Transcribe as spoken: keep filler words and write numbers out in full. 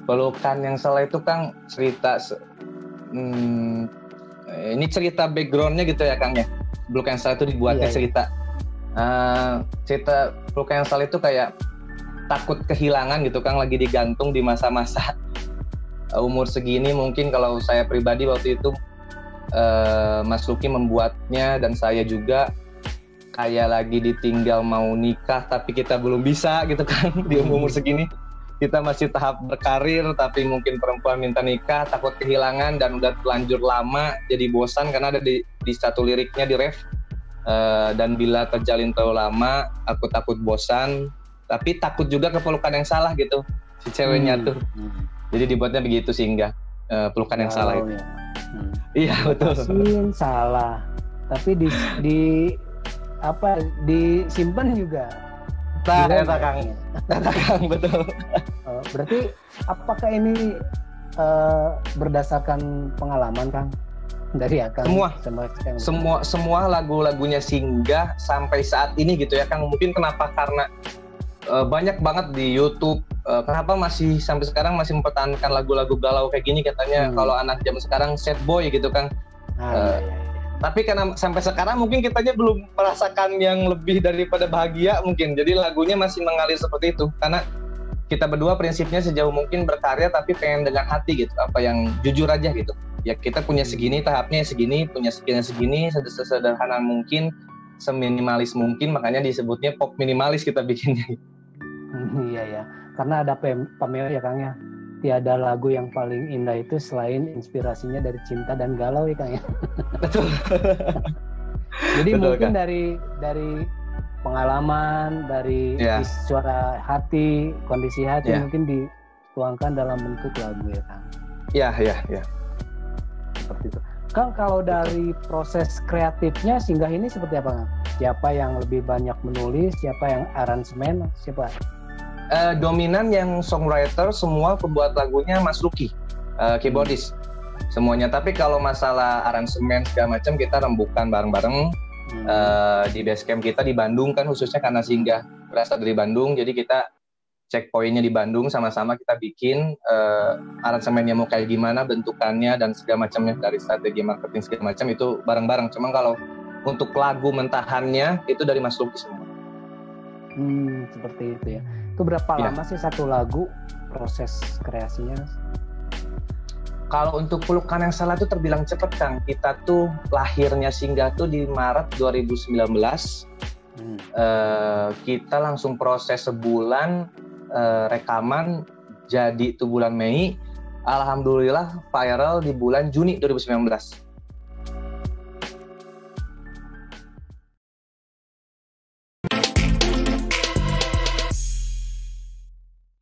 Pelukan yang salah itu Kang cerita hmm, ini cerita backgroundnya gitu ya Kang ya. Pelukan yang salah itu dibuatnya Iya, iya. cerita uh, cerita pelukan yang salah itu kayak takut kehilangan gitu Kang, lagi digantung di masa-masa uh, umur segini. Mungkin kalau saya pribadi waktu itu uh, Mas Lucky membuatnya dan saya juga kayak lagi ditinggal mau nikah tapi kita belum bisa gitu kan di umur segini. Kita masih tahap berkarir tapi mungkin perempuan minta nikah, takut kehilangan dan udah terlanjur lama jadi bosan karena ada di, di satu liriknya di ref uh, dan bila terjalin terlalu lama aku takut bosan tapi takut juga ke pelukan yang salah gitu si ceweknya hmm. tuh hmm. Jadi dibuatnya begitu sehingga uh, pelukan yang oh, salah itu. Ya. Hmm. Iya betul. Pasin salah tapi di di apa disimpan juga. Nah, eta Kang. Eta Kang betul. Oh, berarti apakah ini uh, berdasarkan pengalaman Kang dari Akang? Semua. Sama semua semua lagu-lagunya Singgah sampai saat ini gitu ya Kang. Mungkin kenapa karena uh, banyak banget di YouTube uh, kenapa masih sampai sekarang masih mempertahankan lagu-lagu galau kayak gini katanya hmm. kalau anak zaman sekarang sad boy gitu Kang. Ah, uh, iya, iya. Tapi karena sampai sekarang mungkin kitanya belum merasakan yang lebih daripada bahagia mungkin. Jadi lagunya masih mengalir seperti itu. Karena kita berdua prinsipnya sejauh mungkin berkarya tapi pengen dengan hati gitu. Apa yang jujur aja gitu. Ya kita punya segini, tahapnya segini, punya segini segini, sesederhana mungkin, seminimalis mungkin. Makanya disebutnya pop minimalis kita bikinnya. Iya ya. Karena ada pameo ya Kang ya. Tiada lagu yang paling indah itu selain inspirasinya dari cinta dan galau ya Kang ya. Betul. Jadi betul, mungkin Kang. dari dari pengalaman, dari yeah. suara hati, kondisi hati yeah. mungkin dituangkan dalam bentuk lagu ya Kang. Iya, iya, iya. Seperti itu. Kang, kalau dari proses kreatifnya Singgah ini seperti apa Kang? Siapa yang lebih banyak menulis, siapa yang aransemen, siapa? Uh, dominan yang songwriter semua pembuat lagunya Mas Lucky, uh, keyboardist semuanya. Tapi kalau masalah aransemen segala macam kita rembukan bareng-bareng hmm. uh, di base camp kita di Bandung kan, khususnya karena Singgah berasal dari Bandung, jadi kita checkpointnya di Bandung, sama-sama kita bikin uh, aransemennya mau kayak gimana, bentukannya dan segala macamnya, dari strategi marketing segala macam itu bareng-bareng. Cuman kalau untuk lagu mentahannya itu dari Mas Lucky semua. Hmm, seperti itu ya. Itu berapa ya. lama sih satu lagu proses kreasinya? Kalau untuk Pelukan yang Salah itu terbilang cepet Kang. Kita tuh lahirnya Singgah tuh di Maret dua ribu sembilan belas. Hmm. Uh, kita langsung proses sebulan uh, rekaman, jadi itu bulan Mei. Alhamdulillah viral di bulan Juni dua ribu sembilan belas.